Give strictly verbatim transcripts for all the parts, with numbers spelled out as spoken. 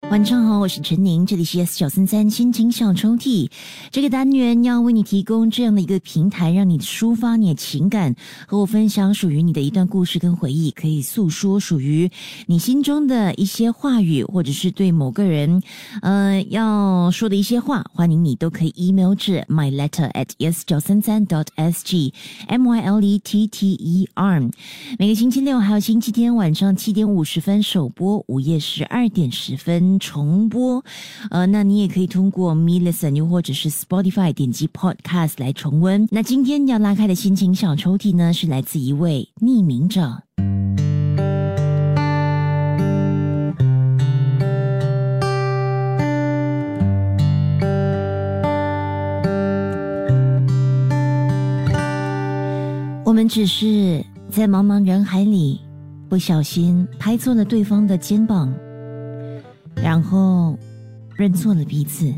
晚上好，我是陈宁，这里是 S 九三三心情小抽屉。这个单元要为你提供这样的一个平台，让你抒发你的情感，和我分享属于你的一段故事跟回忆，可以诉说属于你心中的一些话语，或者是对某个人呃要说的一些话，欢迎你都可以 email 至 my letter at s 九三三 dot s g m y l e t t e r。 每个星期六还有星期天晚上七点五十分首播，午夜十二点十分重播，呃，那你也可以通过 Me Listen 又或者是 Spotify 点击 Podcast 来重温。那今天要拉开的心情小抽屉呢，是来自一位匿名者。我们只是在茫茫人海里不小心拍错了对方的肩膀，然后认错了彼此。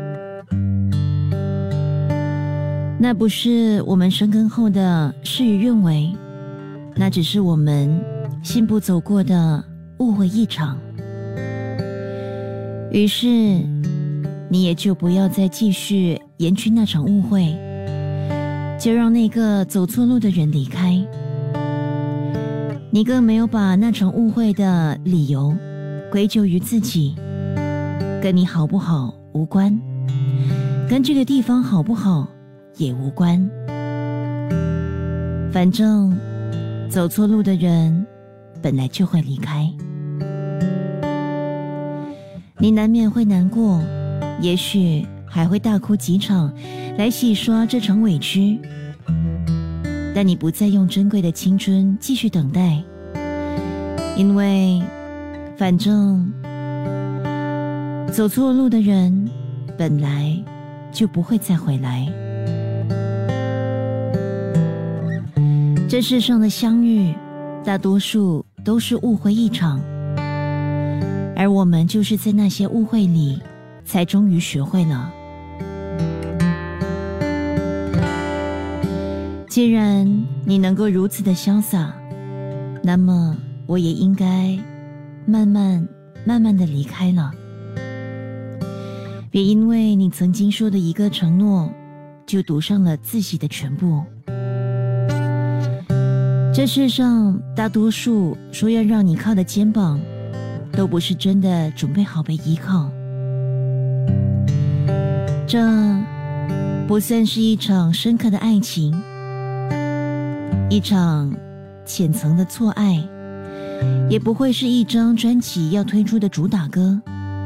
那不是我们生根后的事与愿违，那只是我们信步走过的误会一场。于是你也就不要再继续延续那场误会，就让那个走错路的人离开。你更没有把那场误会的理由归咎于自己，跟你好不好无关，跟这个地方好不好也无关。反正走错路的人本来就会离开。你难免会难过，也许还会大哭几场来洗刷这场委屈，但你不再用珍贵的青春继续等待，因为反正走错路的人本来就不会再回来。这世上的相遇大多数都是误会一场，而我们就是在那些误会里才终于学会了。既然你能够如此的潇洒，那么我也应该慢慢慢慢的离开了。别因为你曾经说的一个承诺，就赌上了自己的全部。这世上大多数说要让你靠的肩膀，都不是真的准备好被依靠。这不算是一场深刻的爱情，一场浅层的错爱，也不会是一张专辑要推出的主打歌，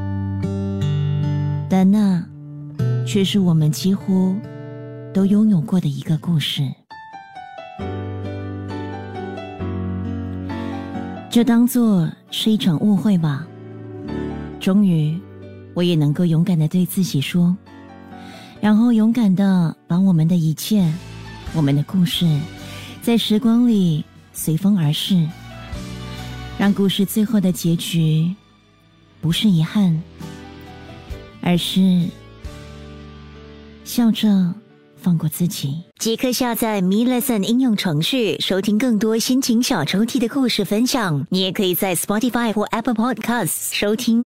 但那却是我们几乎都拥有过的一个故事。就当作是一场误会吧。终于我也能够勇敢地对自己说，然后勇敢地把我们的一切，我们的故事，在时光里随风而逝，让故事最后的结局不是遗憾，而是笑着放过自己。即刻下载 Me Lesson 应用程序，收听更多心情小抽屉的故事分享。你也可以在 Spotify 或 Apple Podcasts 收听。